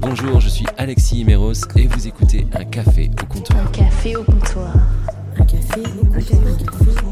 Bonjour, je suis Alexis Imeros et vous écoutez Un café au comptoir. Un café au comptoir. Un café au comptoir.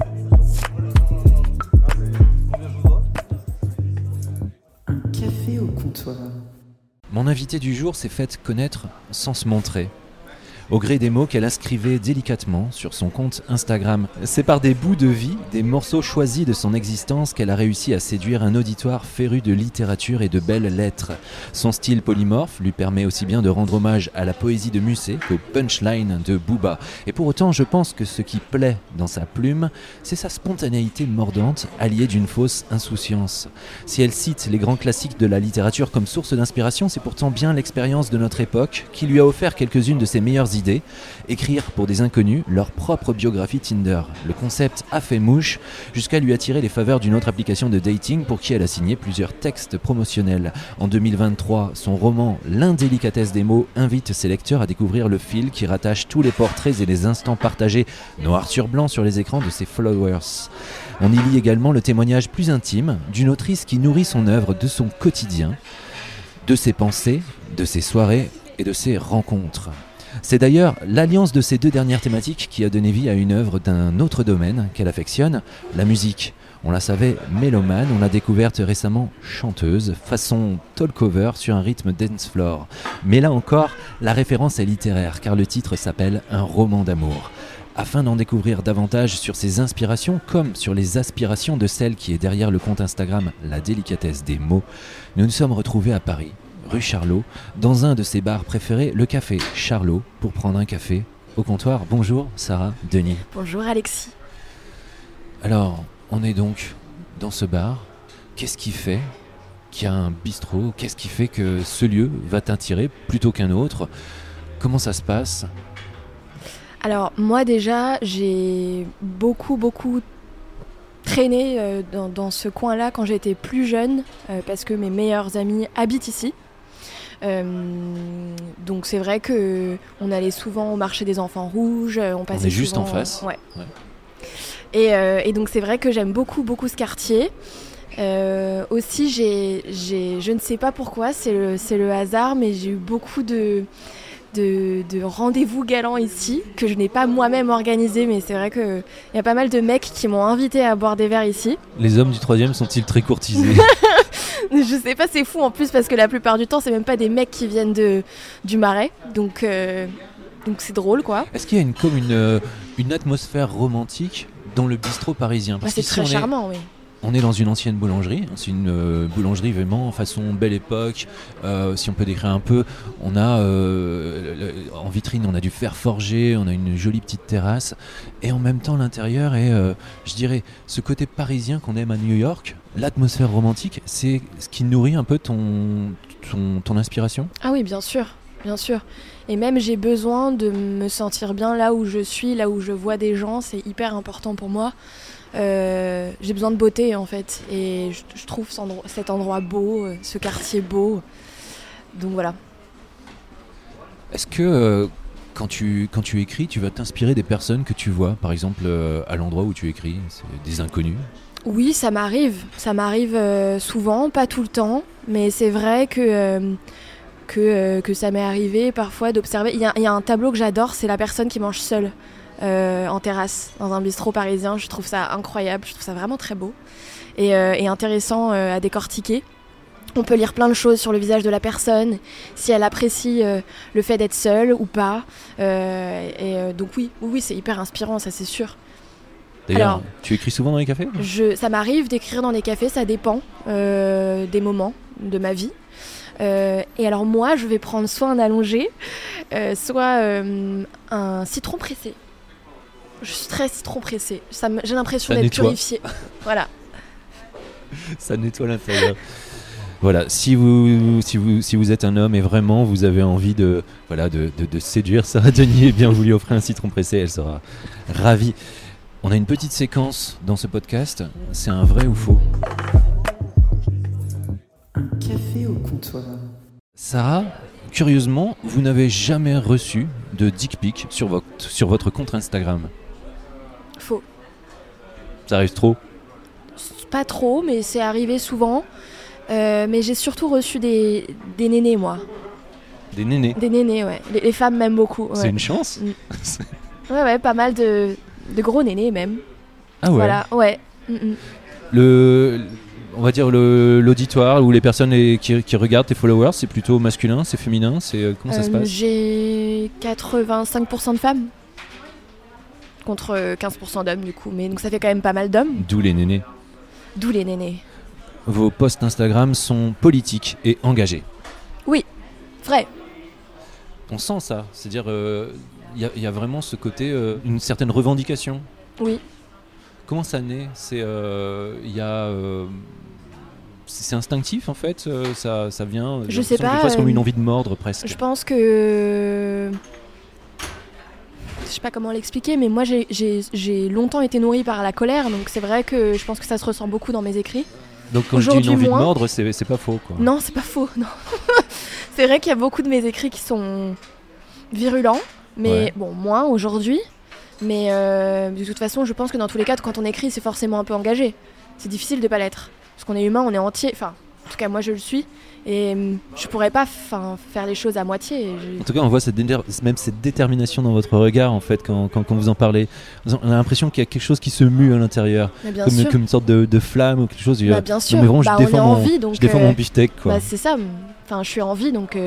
Un café au comptoir. Mon invitée du jour s'est faite connaître sans se montrer, au gré des mots qu'elle inscrivait délicatement sur son compte Instagram. C'est par des bouts de vie, des morceaux choisis de son existence qu'elle a réussi à séduire un auditoire féru de littérature et de belles lettres. Son style polymorphe lui permet aussi bien de rendre hommage à la poésie de Musset qu'au punchline de Booba. Et pour autant, je pense que ce qui plaît dans sa plume, c'est sa spontanéité mordante, alliée d'une fausse insouciance. Si elle cite les grands classiques de la littérature comme source d'inspiration, c'est pourtant bien l'expérience de notre époque qui lui a offert quelques-unes de ses meilleures idées, écrire pour des inconnus leur propre biographie Tinder. Le concept a fait mouche jusqu'à lui attirer les faveurs d'une autre application de dating pour qui elle a signé plusieurs textes promotionnels. En 2023, son roman L'indélicatesse des mots invite ses lecteurs à découvrir le fil qui rattache tous les portraits et les instants partagés noir sur blanc sur les écrans de ses followers. On y lit également le témoignage plus intime d'une autrice qui nourrit son œuvre de son quotidien, de ses pensées, de ses soirées et de ses rencontres. C'est d'ailleurs l'alliance de ces deux dernières thématiques qui a donné vie à une œuvre d'un autre domaine qu'elle affectionne, la musique. On la savait mélomane, on l'a découverte récemment chanteuse, façon talk-over sur un rythme dance floor. Mais là encore, la référence est littéraire, car le titre s'appelle Un roman d'amour. Afin d'en découvrir davantage sur ses inspirations, comme sur les aspirations de celle qui est derrière le compte Instagram La délicatesse des mots, nous nous sommes retrouvés à Paris, rue Charlot, dans un de ses bars préférés, le café Charlot, pour prendre un café au comptoir. Bonjour Sarah, Denis. Bonjour Alexis. Alors, on est donc dans ce bar. Qu'est-ce qui fait qu'il y a un bistrot? Qu'est-ce qui fait que ce lieu va t'attirer plutôt qu'un autre? Comment ça se passe? Alors moi déjà, j'ai beaucoup traîné dans ce coin-là quand j'étais plus jeune parce que mes meilleurs amis habitent ici. Donc c'est vrai que on allait souvent au marché des enfants rouges, on passait on est juste souvent, en face. Ouais. Ouais. Et donc c'est vrai que j'aime beaucoup ce quartier. Aussi je ne sais pas pourquoi, c'est le hasard, mais j'ai eu beaucoup de rendez-vous galants ici que je n'ai pas moi-même organisé, mais c'est vrai qu'il y a pas mal de mecs qui m'ont invité à boire des verres ici. Les hommes du 3e sont-ils très courtisés? Je sais pas, c'est fou en plus parce que la plupart du temps c'est même pas des mecs qui viennent du Marais, donc c'est drôle quoi. Est-ce qu'il y a une atmosphère romantique dans le bistrot parisien? Parce c'est très charmant, oui. On est dans une ancienne boulangerie, c'est une boulangerie vraiment façon belle époque, si on peut décrire un peu. On a en vitrine, on a du fer forgé, on a une jolie petite terrasse, et en même temps l'intérieur est, je dirais, ce côté parisien qu'on aime à New York, l'atmosphère romantique, c'est ce qui nourrit un peu ton inspiration? Ah oui, bien sûr. Et même j'ai besoin de me sentir bien là où je suis, là où je vois des gens, c'est hyper important pour moi. J'ai besoin de beauté en fait, et je trouve cet endroit beau, ce quartier beau, donc voilà. Est-ce que quand tu écris, tu vas t'inspirer des personnes que tu vois, par exemple à l'endroit où tu écris, c'est des inconnus? Oui, ça m'arrive souvent, pas tout le temps, mais c'est vrai que ça m'est arrivé parfois d'observer. Il y a un tableau que j'adore, c'est la personne qui mange seule. En terrasse, dans un bistrot parisien, je trouve ça incroyable, je trouve ça vraiment très beau et intéressant à décortiquer. On peut lire plein de choses sur le visage de la personne, si elle apprécie le fait d'être seule ou pas, donc oui, c'est hyper inspirant, ça c'est sûr. D'ailleurs, alors, tu écris souvent dans les cafés? Ça m'arrive d'écrire dans les cafés, ça dépend des moments de ma vie. Et alors moi, je vais prendre soit un allongé, soit un citron pressé. Je suis très citron pressé. J'ai l'impression d'être purifiée. Voilà. Ça nettoie l'intérieur. Voilà, si vous êtes un homme et vraiment vous avez envie de séduire Sarah Denis, eh bien vous lui offrez un citron pressé, elle sera ravie. On a une petite séquence dans ce podcast, c'est un vrai ou faux. Un café au comptoir. Sarah, curieusement, vous n'avez jamais reçu de dick pic sur votre compte Instagram. Faux. Ça arrive trop? Pas trop, mais c'est arrivé souvent. Mais j'ai surtout reçu des nénés, moi. Des nénés. Des nénés, ouais. Les femmes m'aiment beaucoup. Ouais. C'est une chance. Ouais, pas mal de gros nénés même. Ah ouais. Voilà, ouais. On va dire l'auditoire ou les personnes qui regardent tes followers, c'est plutôt masculin, c'est féminin, comment ça se passe? J'ai 85% de femmes contre 15% d'hommes du coup, mais donc ça fait quand même pas mal d'hommes. D'où les nénés. D'où les nénés. Vos posts Instagram sont politiques et engagés. Oui, vrai. On sent ça, c'est-à-dire il y a vraiment ce côté, une certaine revendication. Oui. Comment ça naît? C'est instinctif en fait, ça vient. Je sais pas. Des fois, c'est comme une envie de mordre presque. Je pense que. Je sais pas comment l'expliquer, mais moi j'ai longtemps été nourrie par la colère, donc c'est vrai que je pense que ça se ressent beaucoup dans mes écrits. Donc quand je dis une envie de mordre, c'est pas faux quoi. Non, c'est pas faux, non. C'est vrai qu'il y a beaucoup de mes écrits qui sont virulents, mais bon, moins aujourd'hui. Mais de toute façon, je pense que dans tous les cas, quand on écrit, c'est forcément un peu engagé. C'est difficile de pas l'être. Parce qu'on est humain, on est entier. Enfin, en tout cas, moi, je le suis. Et je pourrais pas faire les choses à moitié. En tout cas, on voit même cette détermination dans votre regard, en fait, quand vous en parlez. On a l'impression qu'il y a quelque chose qui se mue à l'intérieur. Comme une sorte de flamme ou quelque chose. Bien sûr. Non, mais vraiment, je défends mon beefsteak, quoi. C'est ça. Enfin, je suis en vie, donc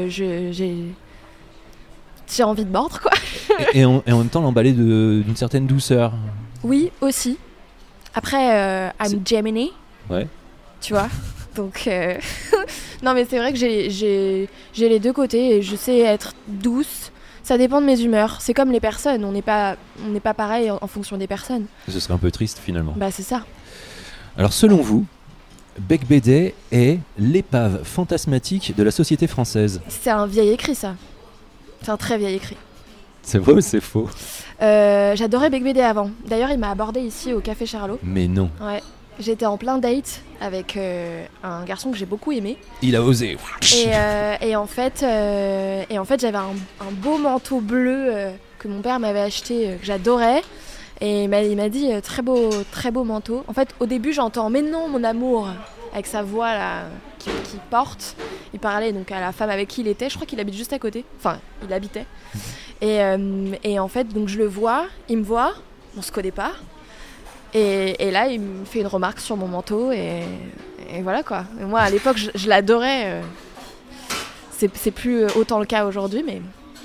j'ai envie de mordre, quoi. et en même temps, l'emballer d'une certaine douceur. Oui, aussi. Après, I'm Gemini. Ouais. Tu vois. Donc, non, mais c'est vrai que j'ai les deux côtés et je sais être douce. Ça dépend de mes humeurs. C'est comme les personnes. On n'est pas pareil en fonction des personnes. Ce serait un peu triste, finalement. Bah, c'est ça. Alors, selon vous, Bec BD est l'épave fantasmatique de la société française. C'est un vieil écrit, ça. C'est un très vieil écrit. C'est vrai ou c'est faux? J'adorais Bec BD avant. D'ailleurs, il m'a abordé ici au Café Charlot. Mais non. Ouais. J'étais en plein date avec un garçon que j'ai beaucoup aimé. Il a osé. Et en fait, j'avais un beau manteau bleu que mon père m'avait acheté, que j'adorais. Et il m'a dit très beau manteau. En fait, au début, j'entends mais non, mon amour, avec sa voix là qui porte. Il parlait donc à la femme avec qui il était. Je crois qu'il habite juste à côté. Enfin, il habitait. Et en fait, donc je le vois, il me voit, on se connaît pas. Et là, il me fait une remarque sur mon manteau et voilà quoi. Et moi, à l'époque, je l'adorais. C'est plus autant le cas aujourd'hui, mais.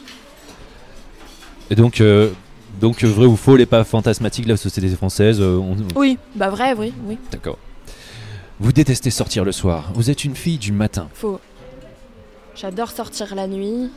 Et donc vrai ou faux, l'épave fantasmatique de la société française Oui, bah vrai, oui. D'accord. Vous détestez sortir le soir. Vous êtes une fille du matin. Faux. J'adore sortir la nuit.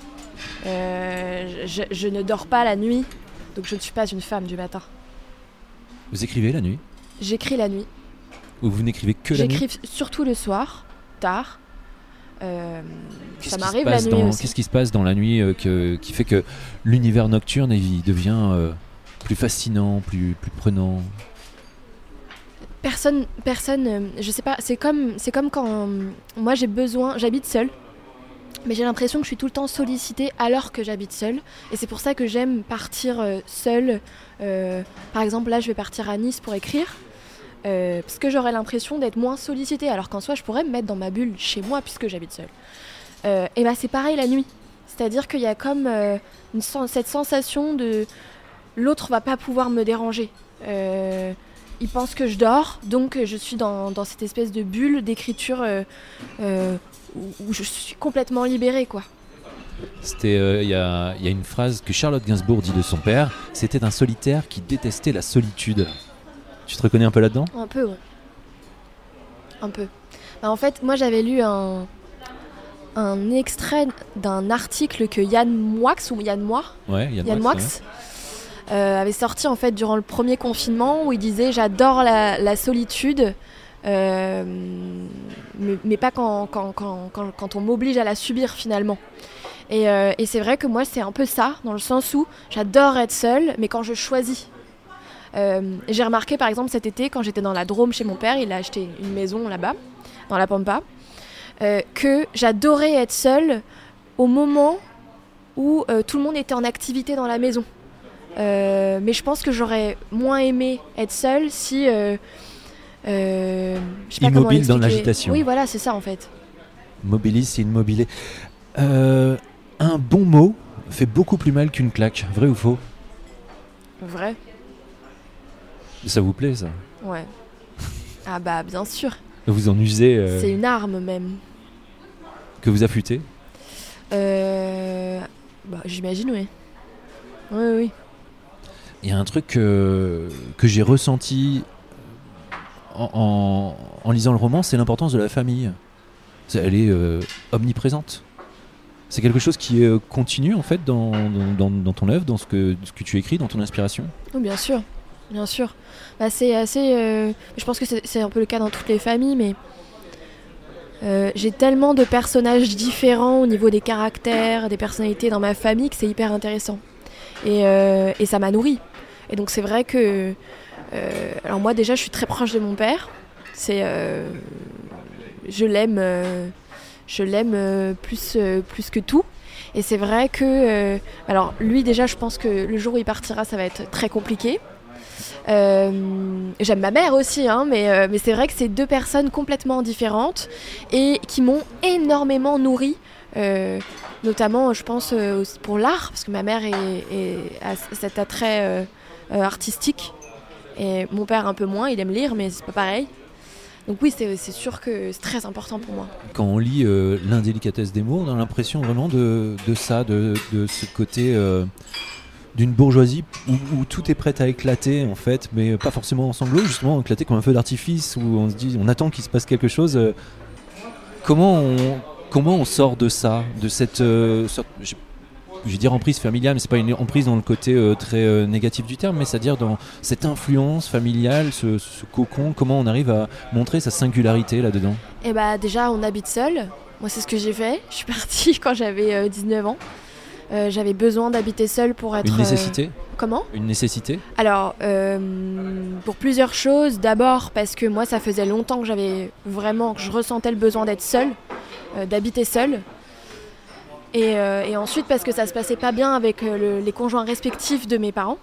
Je ne dors pas la nuit, donc je ne suis pas une femme du matin. Vous écrivez la nuit? J'écris la nuit. Ou vous n'écrivez que la nuit? J'écris surtout le soir, tard. Ça m'arrive la nuit aussi. Qu'est-ce qui se passe dans la nuit qui fait que l'univers nocturne devient plus fascinant, plus prenant? Personne, je sais pas, c'est comme quand moi j'habite seule, mais j'ai l'impression que je suis tout le temps sollicitée alors que j'habite seule, et c'est pour ça que j'aime partir seule. Par exemple, là je vais partir à Nice pour écrire, parce que j'aurais l'impression d'être moins sollicitée, alors qu'en soi je pourrais me mettre dans ma bulle chez moi puisque j'habite seule. Et bah c'est pareil la nuit, c'est-à-dire qu'il y a comme cette sensation de l'autre va pas pouvoir me déranger. Il pense que je dors, donc je suis dans cette espèce de bulle d'écriture où je suis complètement libérée, quoi. Il y a une phrase que Charlotte Gainsbourg dit de son père, c'était un solitaire qui détestait la solitude. Tu te reconnais un peu là-dedans? Un peu, ouais. Un peu. Bah, en fait, moi j'avais lu un extrait d'un article que Yann Moix avait sorti en fait durant le premier confinement, où il disait j'adore la solitude, mais pas quand on m'oblige à la subir finalement. Et c'est vrai que moi c'est un peu ça, dans le sens où j'adore être seule, mais quand je choisis. J'ai remarqué par exemple cet été, quand j'étais dans la Drôme chez mon père, il a acheté une maison là-bas, dans la Pampa, que j'adorais être seule au moment où tout le monde était en activité dans la maison. Mais je pense que j'aurais moins aimé être seule si je sais pas immobile dans l'agitation. Oui, voilà, c'est ça en fait. Mobilis, c'est immobilé. Un bon mot fait beaucoup plus mal qu'une claque, vrai ou faux? Vrai. Ça vous plaît ça? Ouais. Ah bah bien sûr. Vous en usez C'est une arme même. que vous affûtez? J'imagine, oui. Oui. Il y a un truc que j'ai ressenti en lisant le roman, c'est l'importance de la famille. Elle est omniprésente. C'est quelque chose qui est continu en fait dans ton œuvre, dans ce que tu écris, dans ton inspiration. Oui, bien sûr. Bah, c'est assez... je pense que c'est un peu le cas dans toutes les familles, mais j'ai tellement de personnages différents au niveau des caractères, des personnalités dans ma famille que c'est hyper intéressant. Et ça m'a nourri. Et donc c'est vrai que... alors moi déjà je suis très proche de mon père. Je l'aime plus que tout. Et c'est vrai que... alors lui déjà je pense que le jour où il partira ça va être très compliqué. J'aime ma mère aussi, hein, mais c'est vrai que c'est deux personnes complètement différentes et qui m'ont énormément nourrie. Notamment je pense pour l'art, parce que ma mère a cet attrait artistique. Et mon père un peu moins, il aime lire mais c'est pas pareil. Donc oui, c'est sûr que c'est très important pour moi. Quand on lit l'indélicatesse des mots, on a l'impression vraiment de ça, de ce côté d'une bourgeoisie où tout est prêt à éclater en fait, mais pas forcément en sanglots, justement éclater comme un feu d'artifice où on se dit, on attend qu'il se passe quelque chose. Comment on sort de ça, de cette sorte, je vais dire emprise familiale, mais c'est pas une emprise dans le côté très négatif du terme, mais c'est-à-dire dans cette influence familiale, ce cocon, comment on arrive à montrer sa singularité là-dedans? Et bah déjà on habite seul, moi c'est ce que j'ai fait, je suis partie quand j'avais 19 ans, j'avais besoin d'habiter seule pour être... Une nécessité? Comment? Une nécessité? Alors, pour plusieurs choses, d'abord parce que moi ça faisait longtemps que je ressentais le besoin d'être seule, d'habiter seule. Et ensuite parce que ça se passait pas bien avec les conjoints respectifs de mes parents.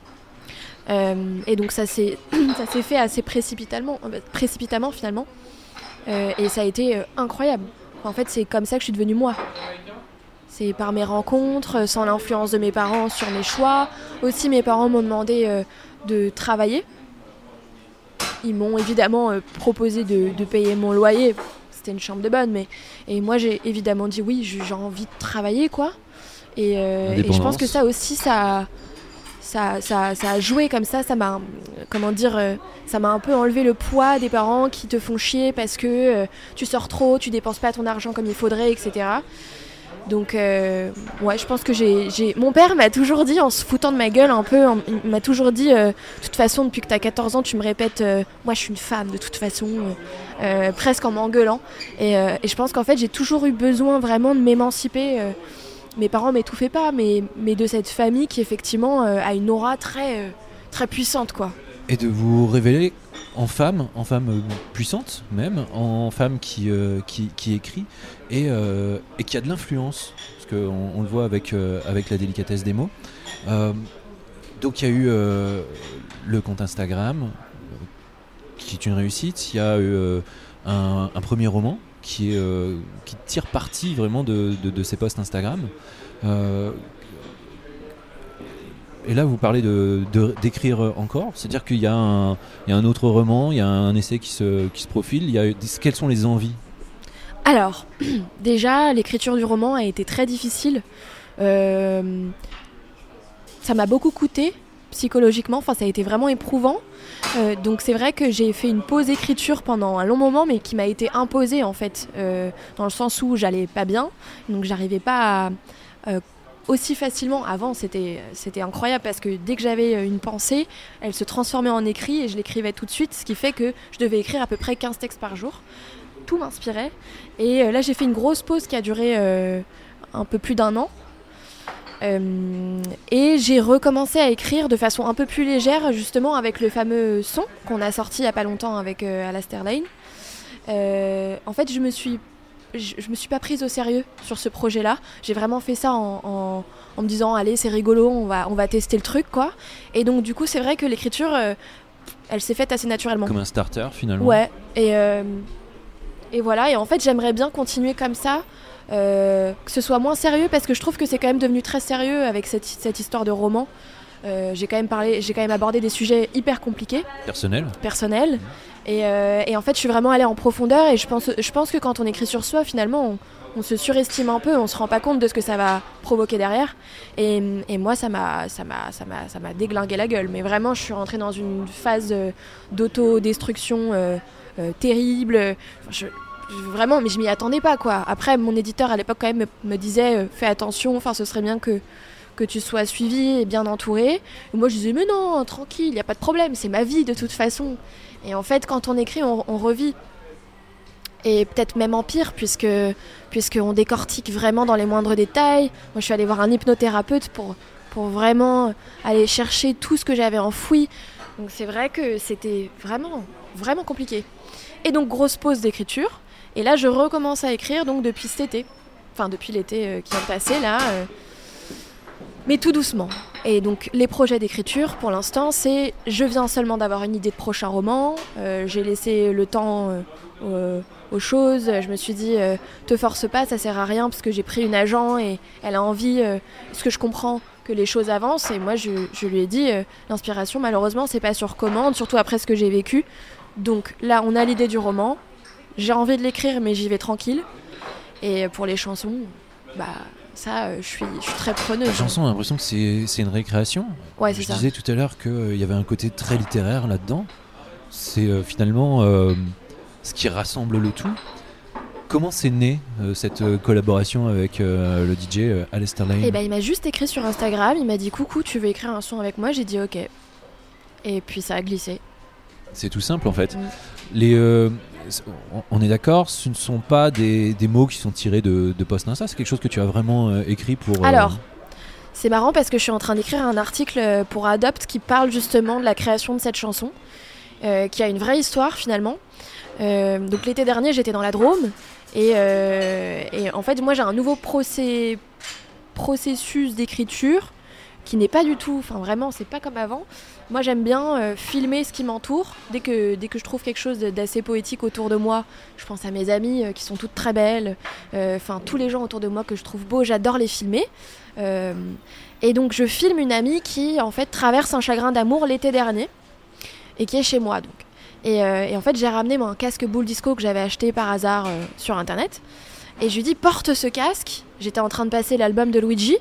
Et donc ça s'est fait assez précipitamment finalement. Et ça a été incroyable. En fait c'est comme ça que je suis devenue moi. C'est par mes rencontres, sans l'influence de mes parents sur mes choix. Aussi mes parents m'ont demandé de travailler. Ils m'ont évidemment proposé de payer mon loyer. C'était une chambre de bonne, et moi j'ai évidemment dit oui, j'ai envie de travailler quoi. Et je pense que ça aussi ça a joué comme ça m'a ça m'a un peu enlevé le poids des parents qui te font chier parce que tu sors trop, tu dépenses pas ton argent comme il faudrait, etc. Donc ouais, je pense que mon père m'a toujours dit, en se foutant de ma gueule un peu, il m'a toujours dit de toute façon depuis que t'as 14 ans tu me répètes moi je suis une femme de toute façon, presque en m'engueulant, et je pense qu'en fait j'ai toujours eu besoin vraiment de m'émanciper. Mes parents m'étouffaient pas, mais de cette famille qui effectivement a une aura très, très puissante quoi. Et de vous révéler en femme puissante même, en femme qui écrit et qui a de l'influence, parce qu'on le voit avec la délicatesse des mots. Donc il y a eu le compte Instagram qui est une réussite, il y a eu un premier roman qui tire parti vraiment de ces posts Instagram. Et là, vous parlez d'écrire encore, c'est-à-dire qu'il y a un autre roman, il y a un essai qui se profile. Quelles sont les envies? Alors, déjà, l'écriture du roman a été très difficile. Ça m'a beaucoup coûté psychologiquement, ça a été vraiment éprouvant. Donc c'est vrai que j'ai fait une pause écriture pendant un long moment, mais qui m'a été imposée en fait, dans le sens où j'allais pas bien, donc j'arrivais pas à... aussi facilement. Avant c'était incroyable parce que dès que j'avais une pensée, elle se transformait en écrit et je l'écrivais tout de suite, ce qui fait que je devais écrire à peu près 15 textes par jour. Tout m'inspirait, et là j'ai fait une grosse pause qui a duré un peu plus d'1 an, et j'ai recommencé à écrire de façon un peu plus légère, justement avec le fameux son qu'on a sorti il y a pas longtemps avec Alastair Lane. En fait je me suis pas prise au sérieux sur ce projet-là. J'ai vraiment fait ça en me disant allez c'est rigolo, on va tester le truc quoi. Et donc du coup c'est vrai que l'écriture elle s'est faite assez naturellement. Comme un starter finalement. Ouais. Et voilà. Et en fait j'aimerais bien continuer comme ça que ce soit moins sérieux, parce que je trouve que c'est quand même devenu très sérieux avec cette histoire de roman. J'ai quand même abordé des sujets hyper compliqués, personnels. Et en fait, je suis vraiment allée en profondeur, et je pense que quand on écrit sur soi, finalement, on se surestime un peu, on se rend pas compte de ce que ça va provoquer derrière. Et moi, ça m'a déglingué la gueule. Mais vraiment, je suis rentrée dans une phase d'autodestruction terrible. Vraiment, mais je m'y attendais pas, quoi. Après, mon éditeur à l'époque quand même me disait fais attention, ce serait bien que tu sois suivi et bien entouré. Et moi, je disais mais non, tranquille, y a pas de problème, c'est ma vie de toute façon. Et en fait, quand on écrit, on revit. Et peut-être même en pire, puisqu'on décortique vraiment dans les moindres détails. Moi, je suis allée voir un hypnothérapeute pour vraiment aller chercher tout ce que j'avais enfoui. Donc c'est vrai que c'était vraiment, vraiment compliqué. Et donc, grosse pause d'écriture. Et là, je recommence à écrire donc depuis cet été. Enfin, depuis l'été qui vient de passer, là. Mais tout doucement. Et donc, les projets d'écriture, pour l'instant, c'est... Je viens seulement d'avoir une idée de prochain roman. J'ai laissé le temps aux choses. Je me suis dit, te force pas, ça sert à rien, parce que j'ai pris une agent et elle a envie, ce que je comprends, que les choses avancent. Et moi, je lui ai dit, l'inspiration, malheureusement, c'est pas sur commande, surtout après ce que j'ai vécu. Donc là, on a l'idée du roman. J'ai envie de l'écrire, mais j'y vais tranquille. Et pour les chansons, ça, je suis très preneuse. La chanson, on a l'impression que c'est une récréation. Ouais, c'est ça. Je disais tout à l'heure qu'il y avait un côté très littéraire là-dedans. C'est finalement ce qui rassemble le tout. Comment c'est né cette collaboration avec le DJ Alistair Lane ? Il m'a juste écrit sur Instagram. Il m'a dit coucou, tu veux écrire un son avec moi ? J'ai dit ok. Et puis ça a glissé. C'est tout simple en fait. On est d'accord, ce ne sont pas des mots qui sont tirés de post Insta, c'est quelque chose que tu as vraiment écrit pour... Alors, c'est marrant parce que je suis en train d'écrire un article pour Adopt qui parle justement de la création de cette chanson, qui a une vraie histoire finalement. Donc l'été dernier, j'étais dans la Drôme et en fait, moi j'ai un nouveau processus d'écriture qui n'est pas du tout, vraiment, c'est pas comme avant. Moi, j'aime bien filmer ce qui m'entoure. Dès que je trouve quelque chose d'assez poétique autour de moi, je pense à mes amies qui sont toutes très belles. Tous les gens autour de moi que je trouve beaux, j'adore les filmer. Et donc, je filme une amie qui, en fait, traverse un chagrin d'amour l'été dernier et qui est chez moi, donc. Et en fait, j'ai ramené mon casque Boule Disco que j'avais acheté par hasard sur Internet. Et je lui dis, porte ce casque. J'étais en train de passer l'album de Luigi.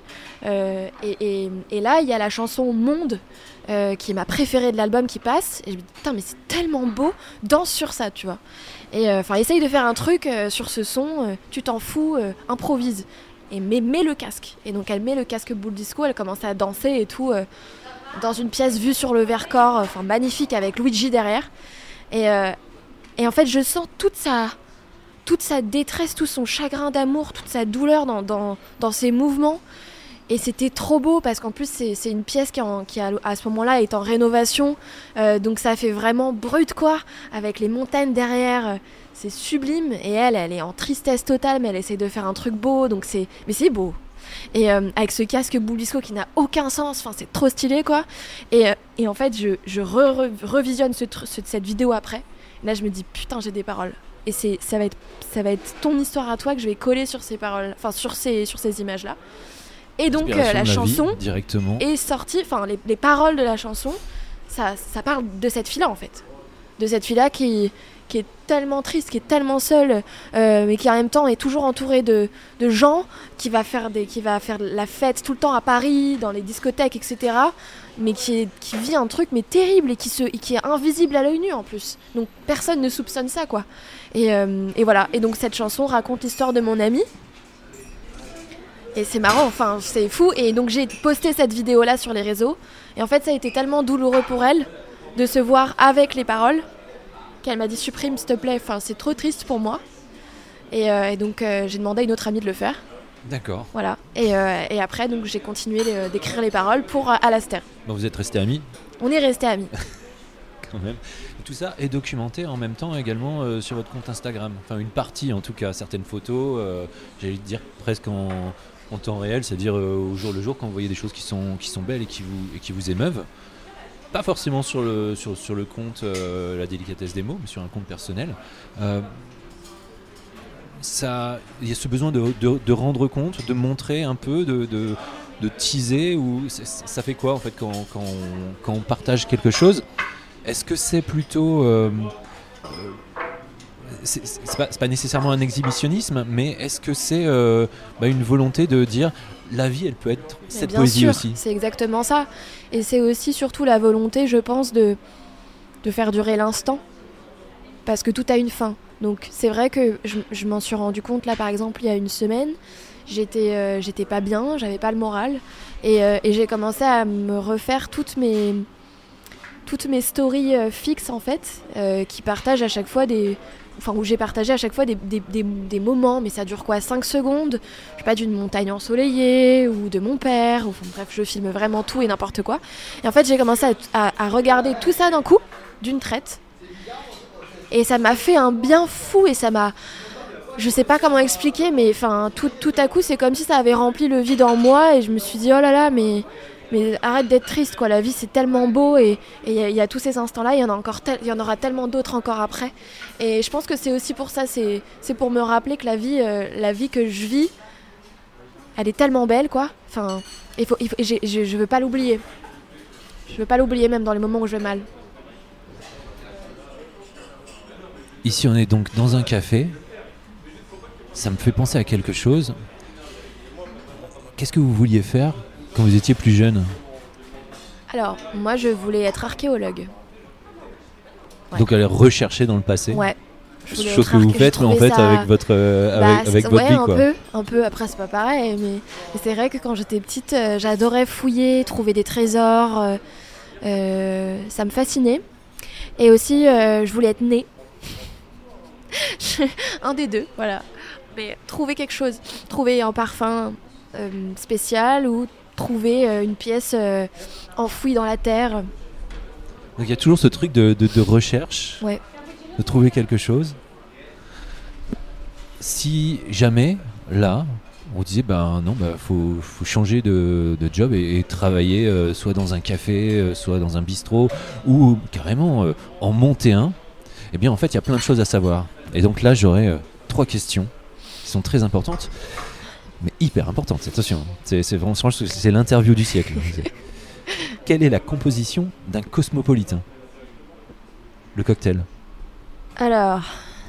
Et là, il y a la chanson Monde, qui est ma préférée de l'album, qui passe. Et je me dis, putain, mais c'est tellement beau. Danse sur ça, tu vois. Et essaye de faire un truc sur ce son. Tu t'en fous, improvise. Et mets le casque. Et donc, elle met le casque Boule Disco. Elle commence à danser et tout. Dans une pièce vue sur le Vercors. Magnifique, avec Luigi derrière. Et en fait, je sens toute sa détresse, tout son chagrin d'amour, toute sa douleur dans ses mouvements. Et c'était trop beau parce qu'en plus c'est une pièce qui à ce moment-là est en rénovation, donc ça fait vraiment brut quoi, avec les montagnes derrière, c'est sublime. Et elle est en tristesse totale, mais elle essaie de faire un truc beau, mais c'est beau. Et avec ce casque Boule Disco qui n'a aucun sens, c'est trop stylé quoi. Et en fait je revisionne cette vidéo après. Et là je me dis putain, j'ai des paroles. Et ça va être ton histoire à toi que je vais coller sur ces paroles, sur ces images-là. Et donc la chanson est sortie, les paroles de la chanson, ça parle de cette fille-là en fait. De cette fille-là qui est tellement triste, qui est tellement seule, mais qui en même temps est toujours entourée de gens, qui va faire la fête tout le temps à Paris, dans les discothèques, etc. Mais qui vit un truc mais terrible et qui est invisible à l'œil nu en plus. Donc personne ne soupçonne ça quoi. Et voilà. Et donc cette chanson raconte l'histoire de mon amie. Et c'est marrant, c'est fou. Et donc j'ai posté cette vidéo là sur les réseaux. Et en fait ça a été tellement douloureux pour elle de se voir avec les paroles qu'elle m'a dit supprime s'il te plaît. C'est trop triste pour moi. Et donc j'ai demandé à une autre amie de le faire. D'accord. Voilà. Et après, donc, j'ai continué d'écrire les paroles pour Alastair. Bon, vous êtes restés amis ? On est restés amis. Quand même. Et tout ça est documenté en même temps également sur votre compte Instagram. Une partie en tout cas, certaines photos, j'allais dire presque en temps réel, c'est-à-dire au jour le jour quand vous voyez des choses qui sont belles et qui vous émeuvent. Pas forcément sur le compte La Délicatesse des mots, mais sur un compte personnel. il y a ce besoin de rendre compte, de montrer un peu, de teaser, ou ça fait quoi en fait quand on partage quelque chose? Est-ce que c'est plutôt c'est pas nécessairement un exhibitionnisme, mais est-ce que c'est une volonté de dire la vie, elle peut être cette Bien poésie sûr, aussi? c'est exactement ça. Et c'est aussi surtout la volonté, je pense, de faire durer l'instant. Parce que tout a une fin. Donc c'est vrai que je m'en suis rendu compte là par exemple il y a une semaine. J'étais pas bien, j'avais pas le moral. Et j'ai commencé à me refaire toutes mes stories fixes en fait, qui partagent à chaque fois où j'ai partagé à chaque fois des moments, mais ça dure quoi, 5 secondes, je sais pas, d'une montagne ensoleillée ou de mon père, enfin bref, je filme vraiment tout et n'importe quoi. Et en fait, j'ai commencé à regarder tout ça d'un coup, d'une traite, et ça m'a fait un bien fou, et ça m'a, je sais pas comment expliquer, mais enfin, tout à coup, c'est comme si ça avait rempli le vide en moi, et je me suis dit, oh là là, mais arrête d'être triste, quoi. La vie, c'est tellement beau, et il y a tous ces instants-là, il y en aura tellement d'autres encore après. Et je pense que c'est aussi pour ça, c'est pour me rappeler que la vie que je vis, elle est tellement belle, quoi. Enfin, je veux pas l'oublier. Je veux pas l'oublier, même dans les moments où je vais mal. Ici, on est donc dans un café. Ça me fait penser à quelque chose. Qu'est-ce que vous vouliez faire quand vous étiez plus jeune? Alors, moi, je voulais être archéologue. Ouais. Donc aller rechercher dans le passé. Ouais. Chose que vous faites, mais en fait avec votre avec votre vie, quoi. Un peu. Après, c'est pas pareil, mais c'est vrai que quand j'étais petite, j'adorais fouiller, trouver des trésors. Ça me fascinait. Et aussi, je voulais être née. Un des deux, voilà. Mais trouver quelque chose, trouver un parfum spécial, ou trouver une pièce enfouie dans la terre. Donc il y a toujours ce truc de recherche, ouais. De trouver quelque chose. Si jamais, là, on disait faut changer de job et travailler soit dans un café, soit dans un bistrot, ou carrément en monter un, eh bien en fait il y a plein de choses à savoir. Et donc là j'aurais 3 questions qui sont très importantes, mais hyper importantes, attention. C'est vraiment, c'est l'interview du siècle. Quelle est la composition d'un cosmopolitain? Le cocktail. Alors.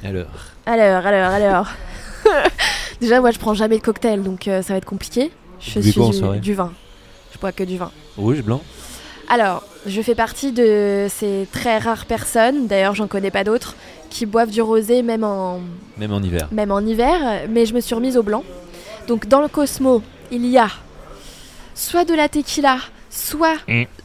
Déjà, moi, je prends jamais de cocktail, donc ça va être compliqué. Je suis du vin. Je bois que du vin. Rouge, blanc. Alors, je fais partie de ces très rares personnes, d'ailleurs, j'en connais pas d'autres, qui boivent du rosé même en hiver. Même en hiver, mais je me suis remise au blanc. Donc, dans le Cosmo, il y a soit de la tequila, soit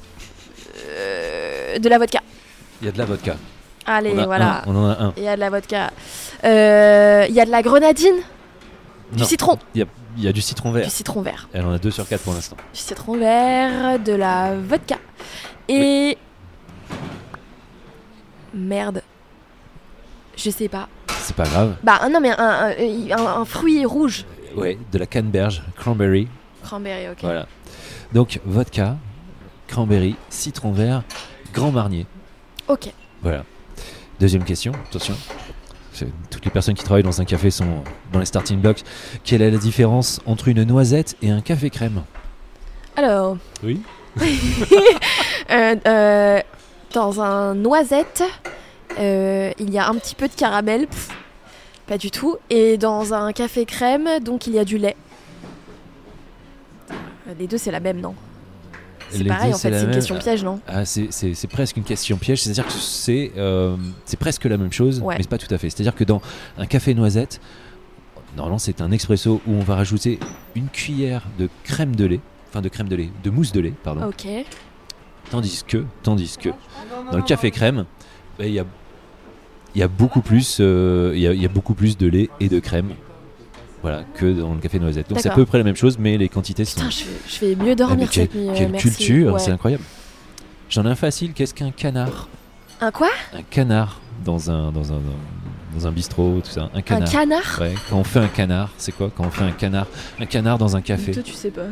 de la vodka. Il y a de la vodka. Allez, voilà. On en a un. Il y a de la vodka. Il y a de la grenadine. Du citron. Il y a du citron vert. Du citron vert. Elle en a 2 sur 4 pour l'instant. Du citron vert, de la vodka. Et... Merde. Je sais pas. C'est pas grave. Bah non, mais un fruit rouge. Ouais, de la canneberge, cranberry. Cranberry, ok. Voilà. Donc vodka, cranberry, citron vert, Grand Marnier. Ok. Voilà. Deuxième question, attention. Toutes les personnes qui travaillent dans un café sont dans les starting blocks. Quelle est la différence entre une noisette et un café crème? Alors. Oui. Dans un noisette, il y a un petit peu de caramel. Pas du tout. Et dans un café crème, donc il y a du lait. Les deux, c'est la même, non? C'est pareil, en fait, c'est une question piège, non? C'est presque une question piège, c'est-à-dire que c'est presque la même chose, ouais. Mais c'est pas tout à fait. C'est-à-dire que dans un café noisette, normalement c'est un expresso où on va rajouter une cuillère de crème de lait, de mousse de lait, pardon. Ok. Tandis que dans le café crème, il y a beaucoup plus de lait et de crème. Voilà, que dans le café noisette. Donc c'est à peu près la même chose, mais les quantités sont... Putain, je vais mieux dormir cette nuit. Quelle merci. culture, ouais. C'est incroyable. J'en ai un facile, qu'est-ce qu'un canard? Un quoi? Un canard dans un bistrot, tout ça. Un canard. Un canard? Ouais, quand on fait un canard, c'est quoi quand on fait un canard? Un canard dans un café. Toi, tu sais pas.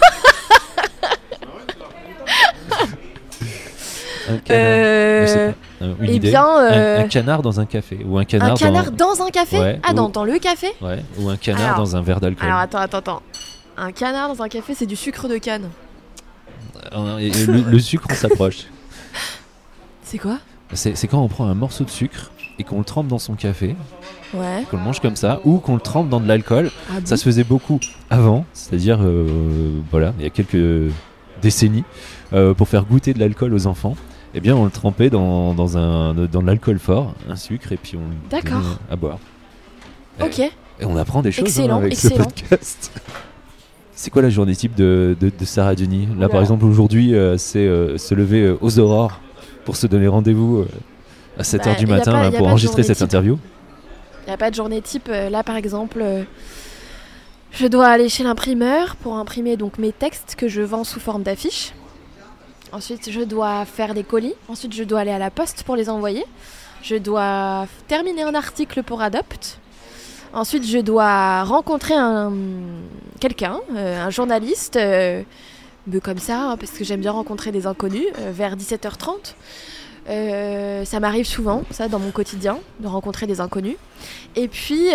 Un canard. Je sais pas. une Eh idée. bien, Un canard dans un café ou un canard, un canard dans un café. Ouais, Ah, ou- dans le café. Ouais, ou un canard Alors- dans un verre d'alcool. Alors attends. Un canard dans un café, c'est du sucre de canne. Et le sucre, on s'approche. C'est quoi? C'est quand on prend un morceau de sucre et qu'on le trempe dans son café, Ouais. qu'on le mange comme ça, ou qu'on le trempe dans de l'alcool. Ah bon? Ça se faisait beaucoup avant, c'est-à-dire voilà, il y a quelques décennies, pour faire goûter de l'alcool aux enfants. Eh bien, on le trempait dans de l'alcool fort, un sucre, et puis on le D'accord. donnait à boire. Ok. Et on apprend des choses Excellent, avec excellent. ce podcast. C'est quoi la journée type de Sarah Denis? Là, Oula. par exemple, aujourd'hui, c'est se lever aux aurores pour se donner rendez-vous à 7h du y a matin pas- là, y a pour pas de enregistrer journée cette type. interview. Il n'y a pas de journée type. Là, par exemple, je dois aller chez l'imprimeur pour imprimer donc mes textes que je vends sous forme d'affiches. Ensuite, je dois faire des colis. Ensuite, je dois aller à la poste pour les envoyer. Je dois terminer un article pour Adopt. Ensuite, je dois rencontrer quelqu'un, un journaliste, comme ça, hein, parce que j'aime bien rencontrer des inconnus, vers 17h30. Ça m'arrive souvent, ça, dans mon quotidien, de rencontrer des inconnus. Et puis,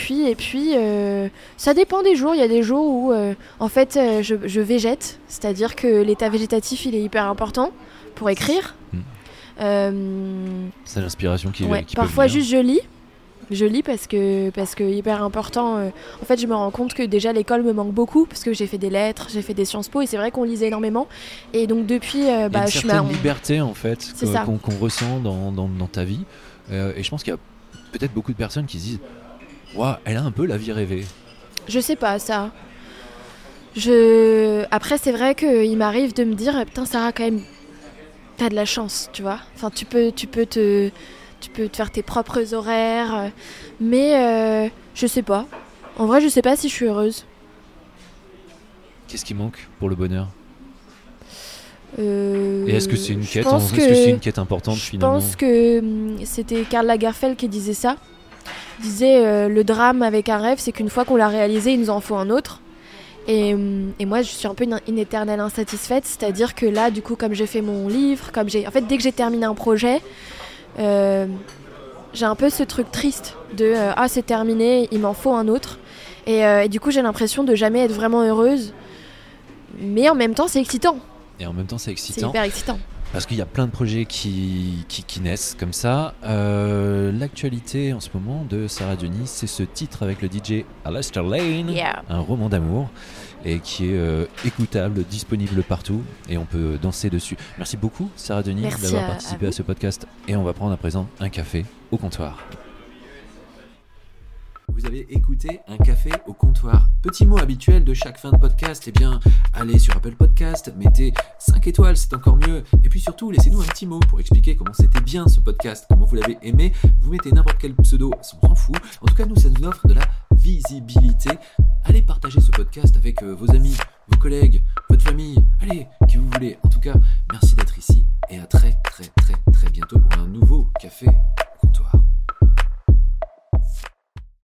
ça dépend des jours. Il y a des jours où, en fait, je végète, c'est-à-dire que l'état végétatif, il est hyper important pour écrire. C'est l'inspiration qui Ouais, qui peut parfois venir. juste je lis. Je lis parce que hyper important. En fait, je me rends compte que déjà l'école me manque beaucoup parce que j'ai fait des lettres, j'ai fait des Sciences Po et c'est vrai qu'on lisait énormément. Et donc depuis, Il y a une je suis certaine liberté en fait C'est ça. qu'on ressent dans ta vie. Et je pense qu'il y a peut-être beaucoup de personnes qui se disent waouh, elle a un peu la vie rêvée. Je sais pas ça. Après, c'est vrai qu'il m'arrive de me dire putain, Sarah, quand même, t'as de la chance, tu vois. Enfin, tu peux te faire tes propres horaires, mais je sais pas. En vrai, je sais pas si je suis heureuse. Qu'est-ce qui manque pour le bonheur? Et Et est-ce que c'est une quête Est-ce que c'est une quête importante Je finalement? pense que c'était Karl Lagerfeld qui disait ça. Il disait le drame avec un rêve, c'est qu'une fois qu'on l'a réalisé, il nous en faut un autre. Et moi, je suis un peu une éternelle insatisfaite, c'est-à-dire que là, du coup, comme j'ai fait mon livre, en fait, dès que j'ai terminé un projet, j'ai un peu ce truc triste de c'est terminé, il m'en faut un autre. Et du coup, j'ai l'impression de jamais être vraiment heureuse. Mais en même temps, c'est excitant. Et en même temps, c'est C'est excitant. hyper excitant. Parce qu'il y a plein de projets qui naissent comme ça. L'actualité en ce moment de Sarah Denis, c'est ce titre avec le DJ Alistair Lane, Yeah. un roman d'amour, et qui est écoutable, disponible partout, et on peut danser dessus. Merci beaucoup Sarah Denis Merci d'avoir à participé vous. à ce podcast, et on va prendre à présent un café au comptoir. Vous avez écouté Un café au comptoir. Petit mot habituel de chaque fin de podcast, eh bien, allez sur Apple Podcast, mettez 5 étoiles, c'est encore mieux. Et puis surtout, laissez-nous un petit mot pour expliquer comment c'était bien ce podcast, comment vous l'avez aimé. Vous mettez n'importe quel pseudo, on s'en fout. En tout cas, nous, ça nous offre de la visibilité. Allez partager ce podcast avec vos amis, vos collègues, votre famille, allez, qui vous voulez. En tout cas, merci d'être ici et à très très très très bientôt pour un nouveau café